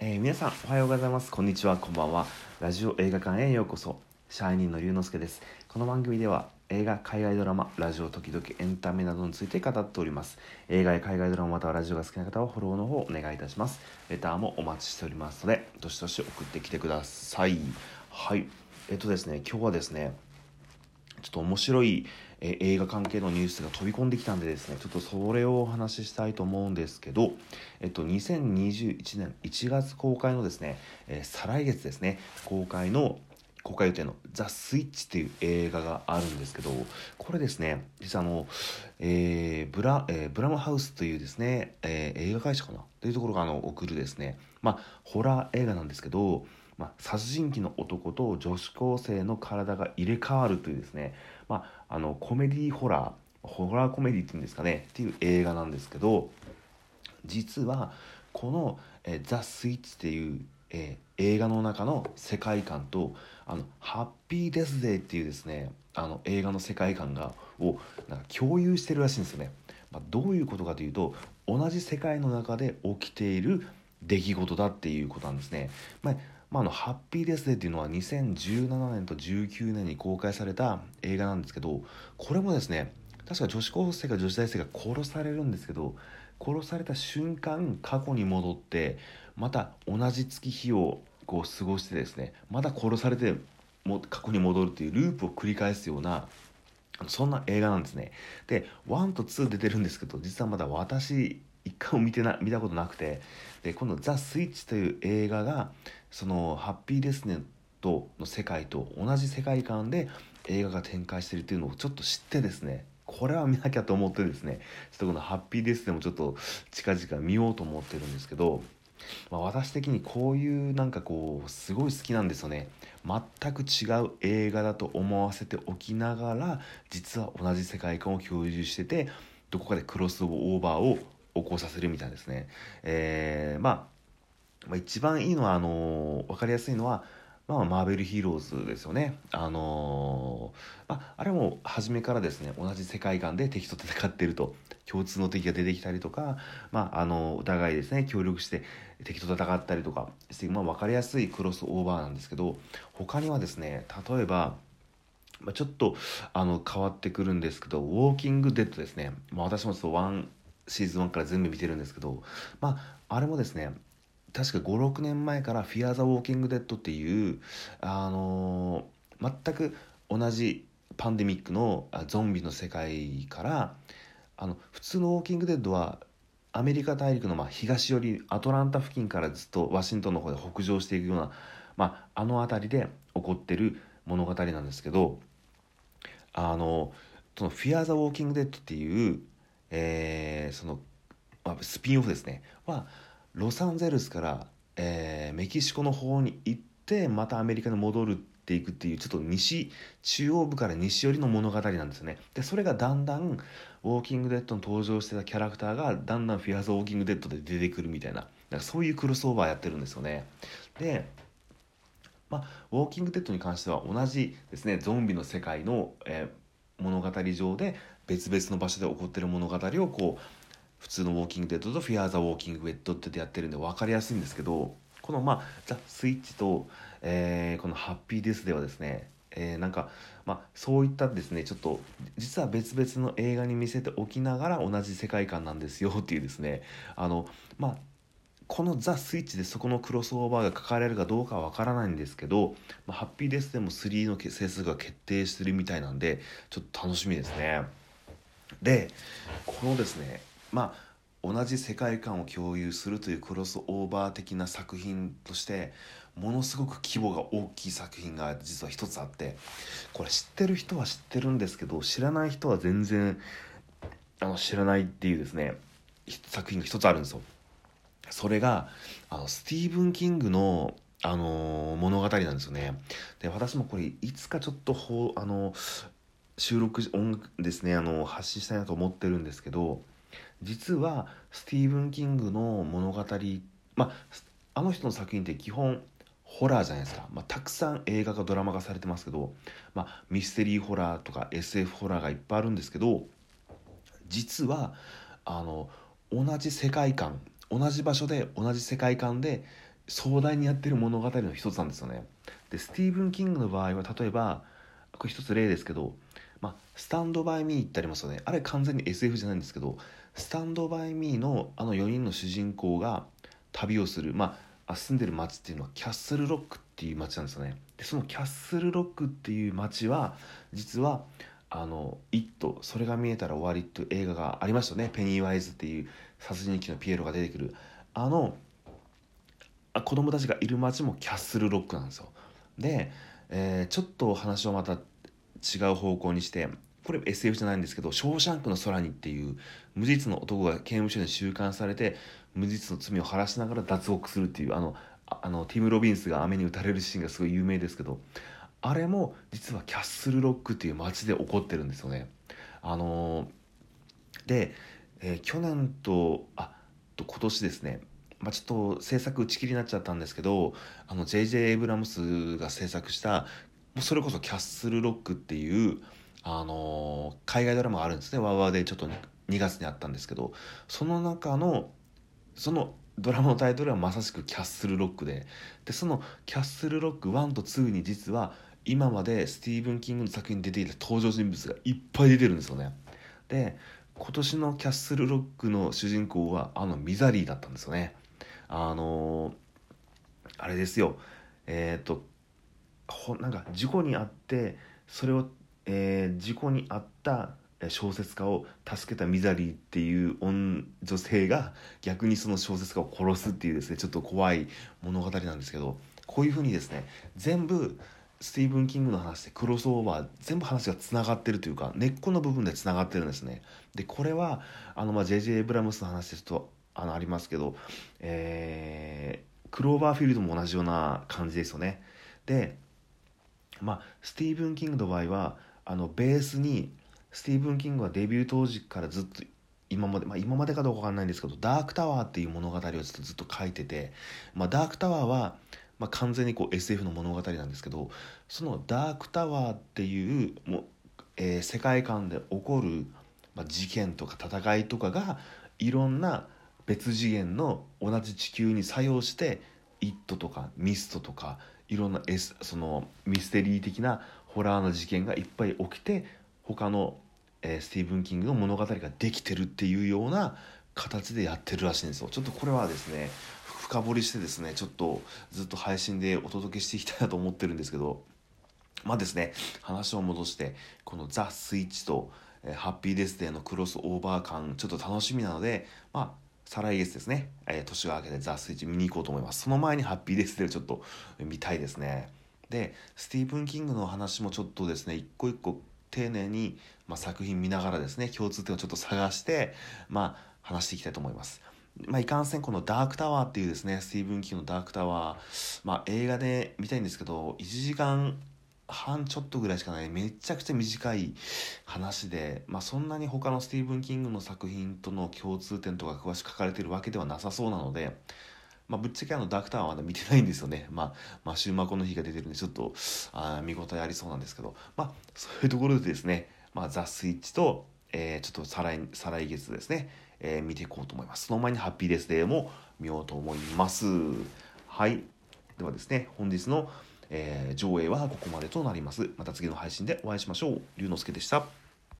皆さんおはようございます。こんにちは、こんばんは。ラジオ映画館へようこそ。シャイニーの龍之介です。この番組では映画、海外ドラマ、ラジオ、時々エンタメなどについて語っております。映画や海外ドラマまたはラジオが好きな方はフォローの方お願いいたします。レターもお待ちしておりますのでどしどし送ってきてください。はい。ですね、今日はですね、ちょっと面白い映画関係のニュースが飛び込んできたんでですね、ちょっとそれをお話ししたいと思うんですけど、2021年1月公開のですね、再来月ですね、公開予定のザ・スイッチという映画があるんですけど、これですね、実はブラムハウスというですね、映画会社かなというところが送るですね、ホラー映画なんですけど、殺人鬼の男と女子高生の体が入れ替わるというですね、コメディホラーコメディっていうんですかねっていう映画なんですけど、実はこの、ザ・スイッチっていう、映画の中の世界観とハッピーデスデーっていうですね映画の世界観をなんか共有してるらしいんですよね。どういうことかというと、同じ世界の中で起きている出来事だっていうことなんですね。ハッピーデスデーっていうのは2017年と19年に公開された映画なんですけど、これもですね、確か女子高生か女子大生が殺されるんですけど、殺された瞬間過去に戻ってまた同じ月日をこう過ごしてですね、また殺されても過去に戻るというループを繰り返すような、そんな映画なんですね。で、1と2出てるんですけど、実はまだ私一回も見たことなくて、で今度ザ・スイッチという映画がそのハッピーデスネとの世界と同じ世界観で映画が展開しているというのをちょっと知ってですね、これは見なきゃと思ってですね、ちょっとこのハッピーデスネもちょっと近々見ようと思ってるんですけど、私的にこういうなんかこうすごい好きなんですよね。全く違う映画だと思わせておきながら、実は同じ世界観を共有してて、どこかでクロスオーバーを起こさせるみたいですね。一番いいのは分かりやすいのは、マーベルヒーローズですよね。あれも初めからですね、同じ世界観で敵と戦っていると、共通の敵が出てきたりとか、お互いですね協力して敵と戦ったりとかして、分かりやすいクロスオーバーなんですけど、他にはですね、例えばちょっと変わってくるんですけど、ウォーキングデッドですね。私もちょっとシーズン1から全部見てるんですけど、あれもですね、確か5、6年前からフィア・ザ・ウォーキング・デッドっていう、全く同じパンデミックのゾンビの世界から、普通のウォーキング・デッドはアメリカ大陸の東寄りアトランタ付近からずっとワシントンの方で北上していくような、あの辺りで起こってる物語なんですけど、そのフィア・ザ・ウォーキング・デッドっていう、スピンオフですねはロサンゼルスから、メキシコの方に行ってまたアメリカに戻るっていくっていう、ちょっと中央部から西寄りの物語なんですよね。でそれがだんだんウォーキングデッドに登場してたキャラクターがだんだんフィア・ザ・ウォーキングデッドで出てくるみたいな、なんかそういうクロスオーバーやってるんですよね。でウォーキングデッドに関しては同じですね、ゾンビの世界の、物語上で別々の場所で起こっている物語をこう普通のウォーキングデッドとフィアーザウォーキングデッドってやってるんで分かりやすいんですけど、このザ・スイッチと、このハッピーデスではですね、そういったですね、ちょっと実は別々の映画に見せておきながら同じ世界観なんですよっていうですね、このザ・スイッチでそこのクロスオーバーが書かれるかどうかは分からないんですけど、ハッピーデスでも3の整数が決定してるみたいなんで、ちょっと楽しみですね。でこのですね、同じ世界観を共有するというクロスオーバー的な作品としてものすごく規模が大きい作品が実は一つあって、これ知ってる人は知ってるんですけど、知らない人は全然知らないっていうですね作品が一つあるんですよ。それがスティーブン・キングの物語なんですよね。で私もこれいつかちょっと収録音ですね発信したいなと思ってるんですけど、実はスティーブン・キングの物語、あの人の作品って基本ホラーじゃないですか。たくさん映画化ドラマ化されてますけど、ミステリーホラーとか SF ホラーがいっぱいあるんですけど、実は同じ世界観、同じ場所で同じ世界観で壮大にやってる物語の一つなんですよね。でスティーブン・キングの場合は例えばこれ一つ例ですけど、スタンドバイミーってありますよね。あれ完全に SF じゃないんですけど、スタンドバイミーの4人の主人公が旅をする、住んでる町っていうのはキャッスルロックっていう町なんですよね。でそのキャッスルロックっていう町は実はイットそれが見えたら終わりっていう映画がありましたよね。ペニーワイズっていう殺人鬼のピエロが出てくる子供たちがいる町もキャッスルロックなんですよ。で、ちょっと話をまた違う方向にして、これ SF じゃないんですけど、ショーシャンクの空にっていう無実の男が刑務所に収監されて無実の罪を晴らしながら脱獄するっていうティム・ロビンスが雨に打たれるシーンがすごい有名ですけど、あれも実はキャッスルロックっていう街で起こってるんですよね。で、去年と今年ですね、ちょっと制作打ち切りになっちゃったんですけど、JJ エイブラムスが制作したもうそれこそキャッスルロックっていう、海外ドラマがあるんですね。ワウワウでちょっと2月にあったんですけど、その中のそのドラマのタイトルはまさしくキャッスルロックでそのキャッスルロック1と2に実は今までスティーブン・キングの作品に出ていた登場人物がいっぱい出てるんですよね。で今年のキャッスルロックの主人公はミザリーだったんですよね。あれですよ。なんか事故に遭ってそれを、事故に遭った小説家を助けたミザリーっていう女性が逆にその小説家を殺すっていうですね、ちょっと怖い物語なんですけど、こういう風にですね、全部スティーブン・キングの話でクロスオーバー全部話がつながってるというか、根っこの部分でつながってるんですね。でこれはJJ エイブラムスの話ですとありますけど、クローバーフィールドも同じような感じですよね。でスティーブン・キングの場合はベースにスティーブン・キングはデビュー当時からずっと今まで、今までかどうかわかんないんですけど、ダークタワーっていう物語をずっと書いてて、ダークタワーは、完全にSF の物語なんですけど、そのダークタワーっていう世界観で起こる、事件とか戦いとかがいろんな別次元の同じ地球に作用してイットとかミストとかいろんな、そのミステリー的なホラーの事件がいっぱい起きて他の、スティーブン・キングの物語ができてるっていうような形でやってるらしいんですよ。ちょっとこれはですね深掘りしてですね、ちょっとずっと配信でお届けしていきたいなと思ってるんですけど、ですね、話を戻してこのザ・スイッチと、ハッピーデスデーのクロスオーバー感ちょっと楽しみなので、再来月ですね、年が明けてザ・スイッチ見に行こうと思います。その前にハッピーデスデーをちょっと見たいですね。でスティーブン・キングの話もちょっとですね一個一個丁寧に、作品見ながらですね共通点をちょっと探して、話していきたいと思います。いかんせんこのダークタワーっていうですねスティーブン・キングのダークタワー、映画で見たいんですけど1時間半ちょっとぐらいしかないめちゃくちゃ短い話で、そんなに他のスティーブン・キングの作品との共通点とか詳しく書かれてるわけではなさそうなので、ぶっちゃけダークタワーはまだ見てないんですよね。週末この日が出てるんでちょっと見応えありそうなんですけど、そういうところでですね、ザ・スイッチと、ちょっと再来月ですね、見ていこうと思います。その前にハッピーデスデーも見ようと思います。はい。ではですね、本日の、上映はここまでとなります。また次の配信でお会いしましょう。龍之介でした。